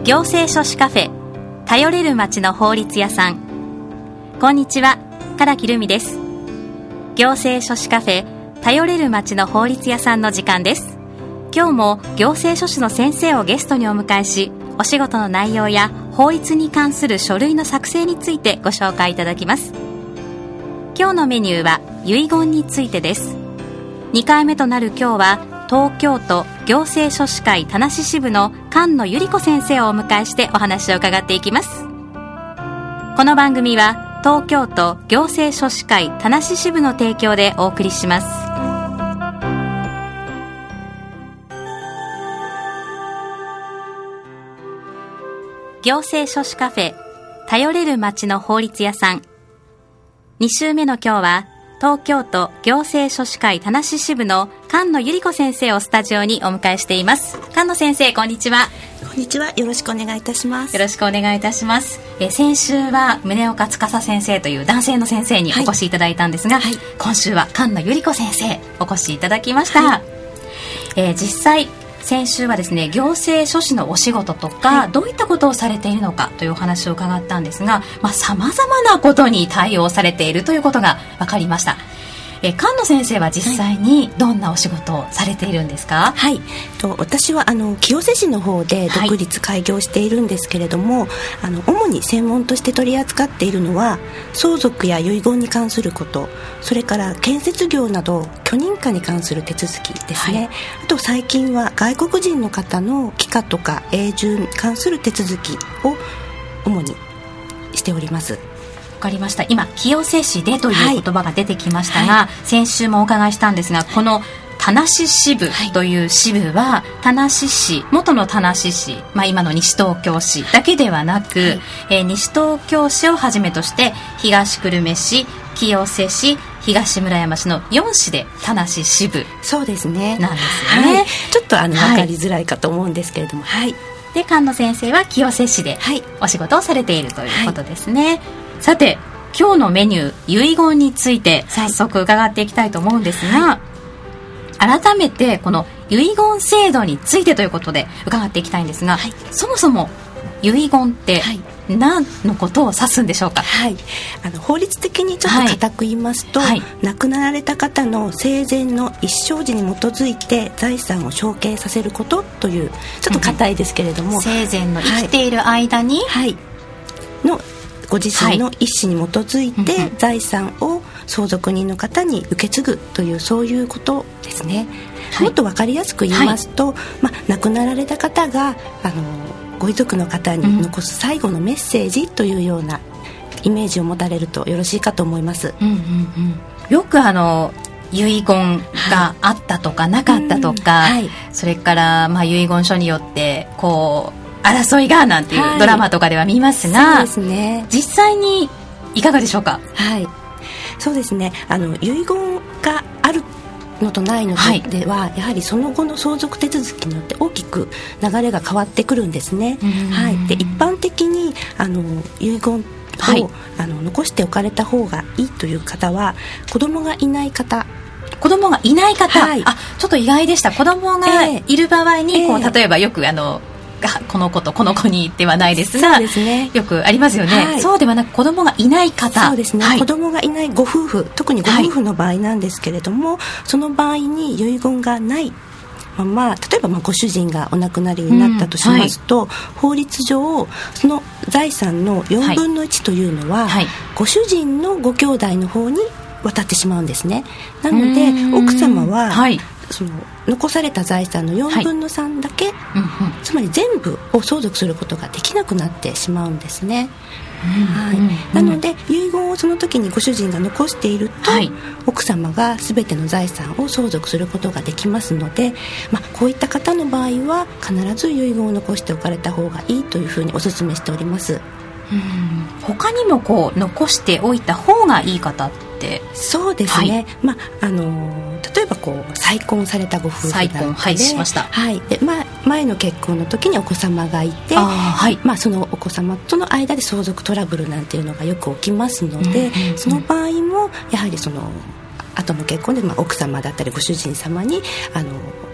行政書士カフェ、頼れる町の法律屋さん。こんにちは、唐木留美です。行政書士カフェ、頼れる町の法律屋さんの時間です。今日も行政書士の先生をゲストにお迎えし、お仕事の内容や法律に関する書類の作成についてご紹介いただきます。今日のメニューは遺言についてです。2回目となる今日は、東京都行政書士会田無支部の菅野由里子先生をお迎えしてお話を伺っていきます。この番組は東京都行政書士会田無支部の提供でお送りします。行政書士カフェ、頼れる町の法律屋さん。2週目の今日は、東京都行政書士会田無支部の菅野由里子先生をスタジオにお迎えしています。菅野先生、こんにちは。 こんにちは。よろしくお願いいたします。 よろしくお願いいたします。先週は宗岡司先生という男性の先生にお越しいただいたんですが、はい、今週は菅野由里子先生お越しいただきました。はい、実際先週はですね、行政書士のお仕事とか、はい、どういったことをされているのかというお話を伺ったんですが、さまざまなことに対応されているということが分かりました。菅野先生は実際にどんなお仕事をされているんですか？ はい、私は清瀬市の方で独立開業しているんですけれども、主に専門として取り扱っているのは相続や遺言に関すること、それから建設業など許認可に関する手続きですね、はい、あと最近は外国人の方の帰化とか永住に関する手続きを主にしております。 わかりました。今清瀬市でという言葉が出てきましたが、はい、先週もお伺いしたんですが、この田無支部という支部は、田無市、元の田無市、今の西東京市だけではなく、西東京市をはじめとして東久留米市、清瀬市、東村山市の4市で田無支部そうですねなんですよね。 はい、ちょっと分かりづらいかと思うんですけれども、はい、 で菅野先生は清瀬市でお仕事をされているということですね。はい、さて今日のメニュー、遺言について早速伺っていきたいと思うんですが、はい、改めてこの遺言制度についてということで伺っていきたいんですが、はい、そもそも遺言って何のことを指すんでしょうか？ はい、法律的にちょっと固く言いますと、はい、亡くなられた方の生前の一生時に基づいて財産を承継させることという、ちょっと固いですけれども、 生前の生きている間に、 はいのご自身の意思に基づいて財産を相続人の方に受け継ぐという、そういうことですね。はい、もっと分かりやすく言いますと、はい、亡くなられた方がご遺族の方に残す最後のメッセージというようなイメージを持たれるとよろしいかと思います。 よく遺言があったとかなかったとか、はい、それから遺言書によって争いがなんていうドラマとかでは見ますが、 そうですね、 実際にいかがでしょうか？ はい、そうですね、遺言があるのとないのでは、やはりその後の相続手続きによって大きく流れが変わってくるんですね。はい、で一般的に遺言を、はい、残しておかれた方がいいという方は、子供がいない方、はい、 ちょっと意外でした。子供がいる場合に、例えばよくこの子とこの子にではないですが、そうですね、よくありますよね。はい、そうではなく子供がいない方、 そうですね、はい、子供がいないご夫婦、特にご夫婦の場合なんですけれども、はい、その場合に遺言がないまま、例えばご主人がお亡くなりになったとしますと、法律上その財産の4分の1というのは、ご主人のご兄弟の方に渡ってしまうんですね。なので奥様は、その残された財産の4分の3だけ、つまり全部を相続することができなくなってしまうんですね。なので遺言をその時にご主人が残していると、奥様が全ての財産を相続することができますので、こういった方の場合は必ず遺言を残しておかれた方がいいというふうにお勧めしております。 他にも残しておいた方がいい方って、 そうですね、例えば再婚されたご夫婦なんかで、 しました、 で前の結婚の時にお子様がいて、そのお子様との間で相続トラブルなんていうのがよく起きますので、その場合もやはりその後の結婚で、奥様だったりご主人様に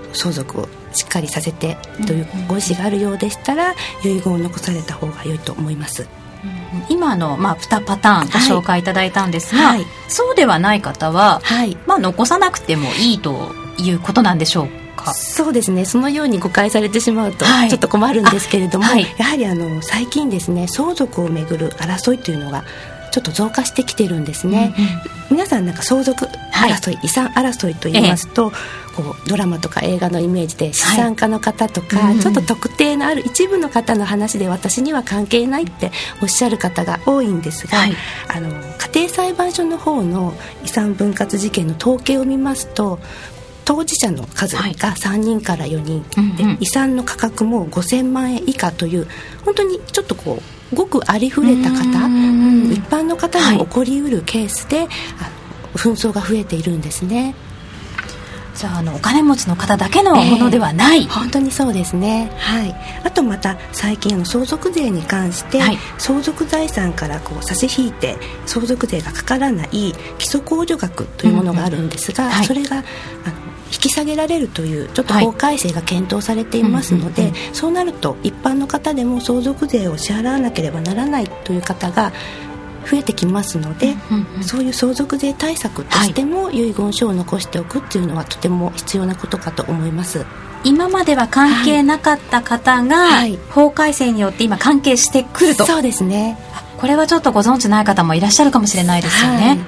相続をしっかりさせてというご意思があるようでしたら、遺言を残された方が良いと思います。 今の、2パターンご紹介いただいたんですが、そうではない方は、残さなくてもいいということなんでしょうか。 そうですね、そのように誤解されてしまうとちょっと困るんですけれども、やはり最近ですね、相続をめぐる争いというのがちょっと増加してきてるんですね。皆さん相続争い、遺産争いと言いますと、こうドラマとか映画のイメージで資産家の方とか、ちょっと特定のある一部の方の話で私には関係ないっておっしゃる方が多いんですが、家庭裁判所の方の遺産分割事件の統計を見ますと、当事者の数が3人から4人、で遺産の価格も5000万円以下という、本当にちょっとこうごくありふれた方、一般の方にも起こりうるケースで、紛争が増えているんですね。 じゃあ、お金持ちの方だけのものではない、 本当にそうですね。あとまた最近相続税に関して、相続財産からこう差し引いて相続税がかからない基礎控除額というものがあるんですが、それが引き下げられるというちょっと法改正が検討されていますので、そうなると一般の方でも相続税を支払わなければならないという方が増えてきますので、そういう相続税対策としても遺言書を残しておくっていうのはとても必要なことかと思います。 今までは関係なかった方が、法改正によって今関係してくると。 そうですね。 これはちょっとご存知ない方もいらっしゃるかもしれないですよね。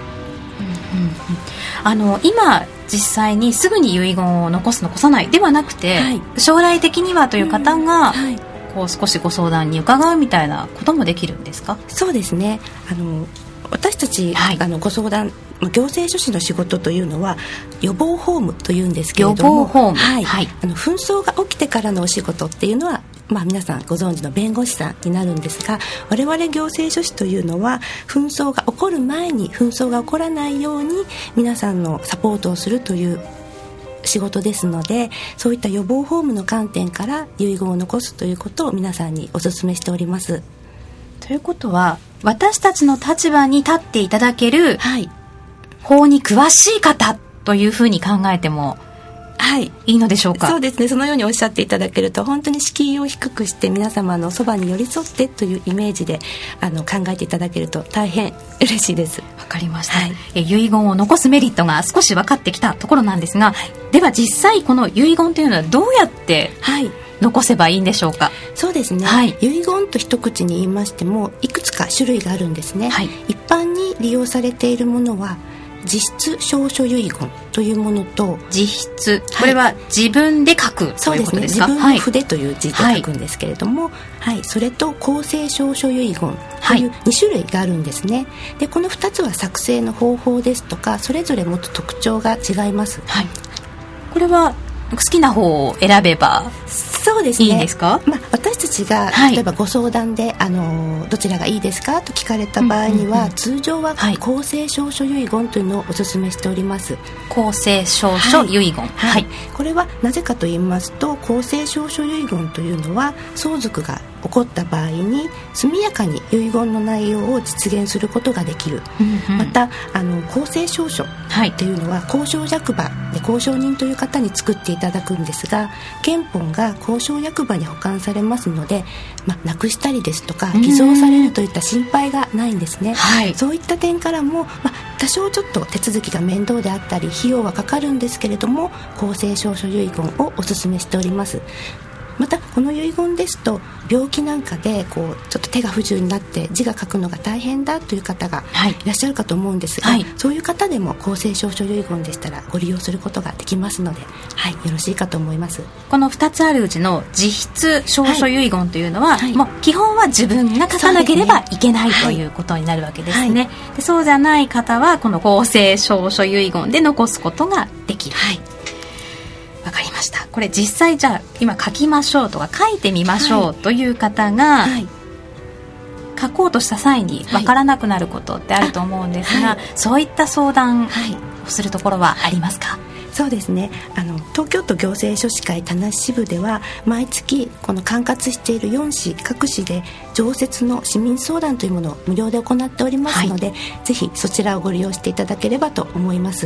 今実際にすぐに遺言を残す残さないではなくて、将来的にはという方が、こう少しご相談に伺うみたいなこともできるんですか。 そうですね、私たち、ご相談、行政書士の仕事というのは予防法務というんですけれども、 予防法務、 紛争が起きてからのお仕事っていうのは、皆さんご存知の弁護士さんになるんですが、我々行政書士というのは紛争が起こる前に紛争が起こらないように皆さんのサポートをするという仕事ですので、そういった予防法務の観点から遺言を残すということを皆さんにお勧めしております。 ということは、私たちの立場に立っていただける、法に詳しい方というふうに考えてもいいのでしょうか。 そうですね、そのようにおっしゃっていただけると、本当に敷居を低くして皆様のそばに寄り添ってというイメージで考えていただけると大変嬉しいです。 わかりました、遺言を残すメリットが少し分かってきたところなんですが、では実際この遺言というのはどうやって残せばいいんでしょうか。 そうですね、遺言と一口に言いましてもいくつか種類があるんですね。一般に利用されているものは実質証書遺言というものと、 実質、これは自分で書くということですか。 自分の筆という字で書くんですけれども、それと公正証書遺言という2種類があるんですね。でこの2つは作成の方法ですとかそれぞれもっと特徴が違います。 これは好きな方を選べばそうですね、 いいんですか。 私たちが例えばご相談で、どちらがいいですかと聞かれた場合には、通常は公正証書遺言というのをお勧めしております。 公正証書遺言、 これはなぜかと言いますと、公正証書遺言というのは相続が起こった場合に速やかに遺言の内容を実現することができる、また公正証書というのは公証役場で公証人という方に作っていただくんですが、原本が公証役場に保管されますので、なくしたりですとか偽造されるといった心配がないんですね。そういった点からも、多少ちょっと手続きが面倒であったり費用はかかるんですけれども、公正証書遺言をお勧めしております。またこの遺言ですと、病気なんかでちょっと手が不自由になって字が書くのが大変だという方がいらっしゃるかと思うんですが、そういう方でも公正証書遺言でしたらご利用することができますので、よろしいかと思います。 この2つあるうちの実質証書遺言というのは、もう基本は自分が書かなければいけない、ということになるわけですね。でそうじゃない方はこの公正証書遺言で残すことができる。わかりました。これ実際じゃあ今書きましょうとか書いてみましょうという方が、書こうとした際にわからなくなることってあると思うんですが、そういった相談をするところはありますか。 そうですね、東京都行政書士会田無支部では毎月この管轄している4市各市で常設の市民相談というものを無料で行っておりますので、ぜひそちらをご利用していただければと思います。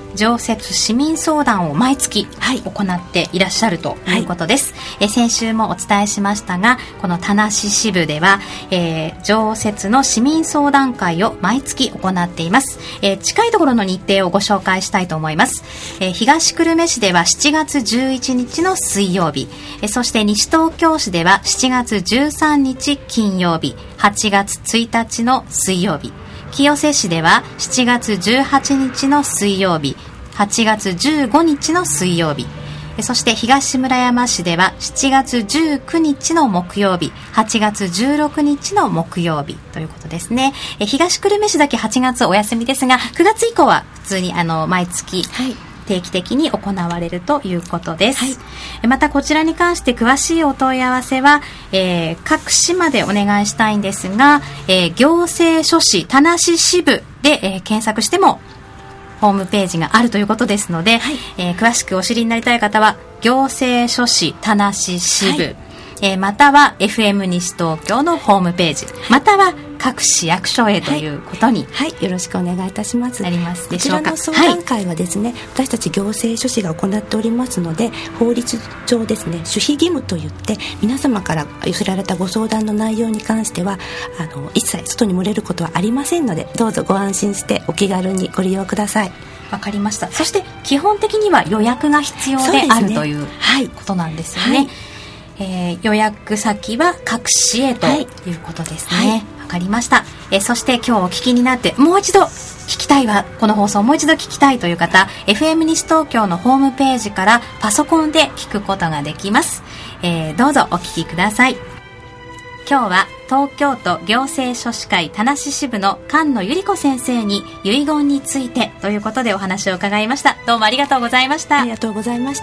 常設市民相談を毎月行っていらっしゃるということです、先週もお伝えしましたが、この田無支部では、常設の市民相談会を毎月行っています、近いところの日程をご紹介したいと思います、東久留米市では7月11日の水曜日、そして西東京市では7月13日金曜日、8月1日の水曜日、清瀬市では7月18日の水曜日、8月15日の水曜日、そして東村山市では7月19日の木曜日、8月16日の木曜日ということですね。東久留米市だけ8月お休みですが、9月以降は普通に毎月、定期的に行われるということです、またこちらに関して詳しいお問い合わせは、各市までお願いしたいんですが、行政書士田無支部で、検索してもホームページがあるということですので、詳しくお知りになりたい方は行政書士田無支部、または FM 西東京のホームページ、または各市役所へということに、 よろしくお願いいたします。 なりますでしょうか。 こちらの相談会はですね、私たち行政書士が行っておりますので、法律上ですね、守秘義務といって皆様から寄せられたご相談の内容に関しては一切外に漏れることはありませんので、どうぞご安心してお気軽にご利用ください。 わかりました。そして基本的には予約が必要であるということなんですよね。予約先は各市へということですね。わかりました。そして今日お聞きになってもう一度聞きたいわ、この放送をもう一度聞きたいという方、FM 西東京のホームページからパソコンで聞くことができます、どうぞお聞きください。今日は東京都行政書士会田無支部の菅野由里子先生に遺言についてということでお話を伺いました。どうもありがとうございました。 ありがとうございました。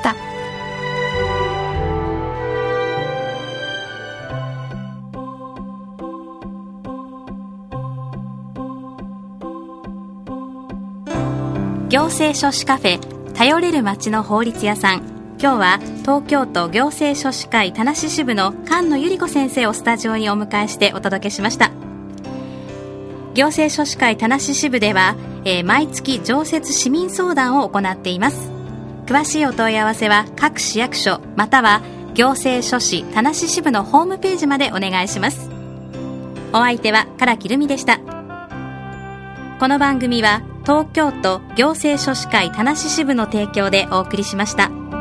行政書士カフェ、頼れる町の法律屋さん。今日は東京都行政書士会田無支部の菅野由里子先生をスタジオにお迎えしてお届けしました。行政書士会田無支部では、毎月常設市民相談を行っています。詳しいお問い合わせは各市役所または行政書士田無支部のホームページまでお願いします。お相手は唐木留美でした。この番組は東京都行政書士会田無支部の提供でお送りしました。